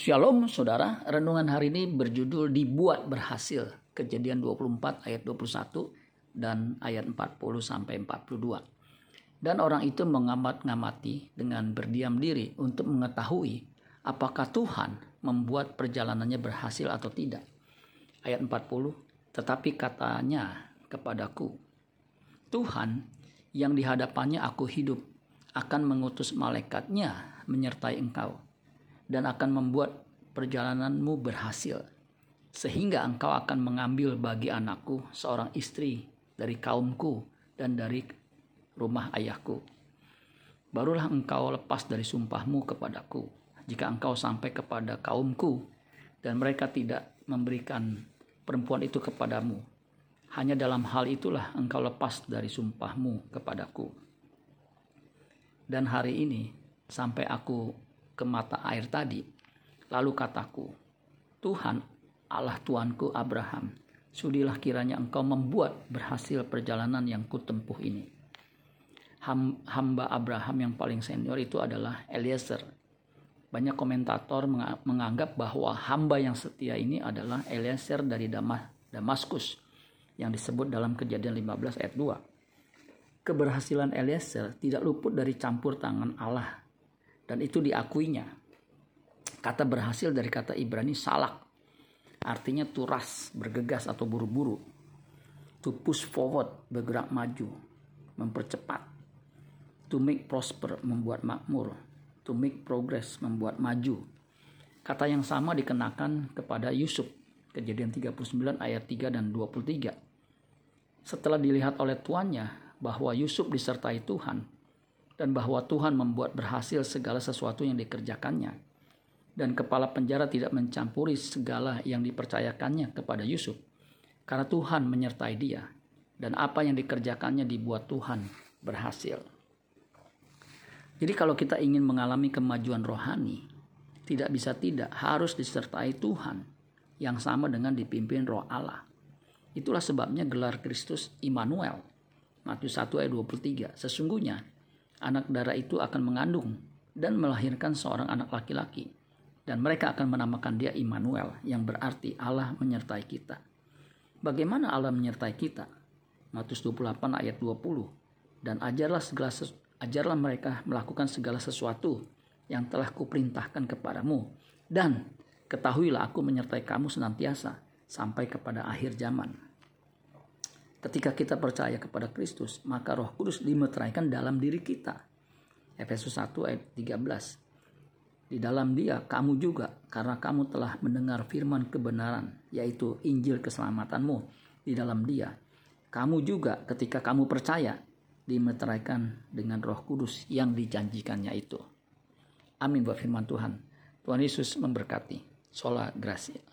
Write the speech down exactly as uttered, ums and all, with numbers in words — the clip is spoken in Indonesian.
Shalom saudara, renungan hari ini berjudul dibuat berhasil. Kejadian dua puluh empat ayat dua puluh satu dan ayat empat puluh sampai empat puluh dua. Dan orang itu mengamat-ngamati dengan berdiam diri untuk mengetahui apakah Tuhan membuat perjalanannya berhasil atau tidak. Ayat empat puluh, tetapi katanya kepadaku, Tuhan yang di hadapannya aku hidup akan mengutus malaikatnya menyertai engkau dan akan membuat perjalananmu berhasil, sehingga engkau akan mengambil bagi anakku seorang istri dari kaumku dan dari rumah ayahku. Barulah engkau lepas dari sumpahmu kepadaku, jika engkau sampai kepada kaumku dan mereka tidak memberikan perempuan itu kepadamu. Hanya dalam hal itulah engkau lepas dari sumpahmu kepadaku. Dan hari ini sampai aku ke mata air tadi, lalu kataku, Tuhan Allah Tuanku Abraham, sudilah kiranya engkau membuat berhasil perjalanan yang kutempuh ini. Hamba Abraham yang paling senior itu adalah Eliezer. Banyak komentator menganggap bahwa hamba yang setia ini adalah Eliezer dari Damaskus yang disebut dalam Kejadian lima belas ayat dua. Keberhasilan Eliezer tidak luput dari campur tangan Allah, dan itu diakuinya. Kata berhasil dari kata Ibrani salak, artinya to rush, bergegas atau buru-buru. To push forward, bergerak maju, mempercepat. To make prosper, membuat makmur. To make progress, membuat maju. Kata yang sama dikenakan kepada Yusuf, Kejadian tiga puluh sembilan ayat tiga dan dua puluh tiga. Setelah dilihat oleh tuannya bahwa Yusuf disertai Tuhan, dan bahwa Tuhan membuat berhasil segala sesuatu yang dikerjakannya, dan kepala penjara tidak mencampuri segala yang dipercayakannya kepada Yusuf, karena Tuhan menyertai dia, dan apa yang dikerjakannya dibuat Tuhan berhasil. Jadi kalau kita ingin mengalami kemajuan rohani, tidak bisa tidak harus disertai Tuhan, yang sama dengan dipimpin Roh Allah. Itulah sebabnya gelar Kristus Immanuel, Matius satu ayat dua puluh tiga, sesungguhnya anak darah itu akan mengandung dan melahirkan seorang anak laki-laki, dan mereka akan menamakan dia Immanuel, yang berarti Allah menyertai kita. Bagaimana Allah menyertai kita? Matius dua puluh delapan ayat dua puluh. Dan ajarlah segala sesu- ajarlah mereka melakukan segala sesuatu yang telah kuperintahkan kepadamu, dan ketahuilah aku menyertai kamu senantiasa sampai kepada akhir zaman. Ketika kita percaya kepada Kristus, maka Roh Kudus dimeteraikan dalam diri kita. Efesus satu ayat tiga belas. Di dalam Dia kamu juga, karena kamu telah mendengar firman kebenaran, yaitu Injil keselamatanmu. Di dalam Dia kamu juga ketika kamu percaya dimeteraikan dengan Roh Kudus yang dijanjikannya itu. Amin buat firman Tuhan. Tuhan Yesus memberkati. Sola Gracia.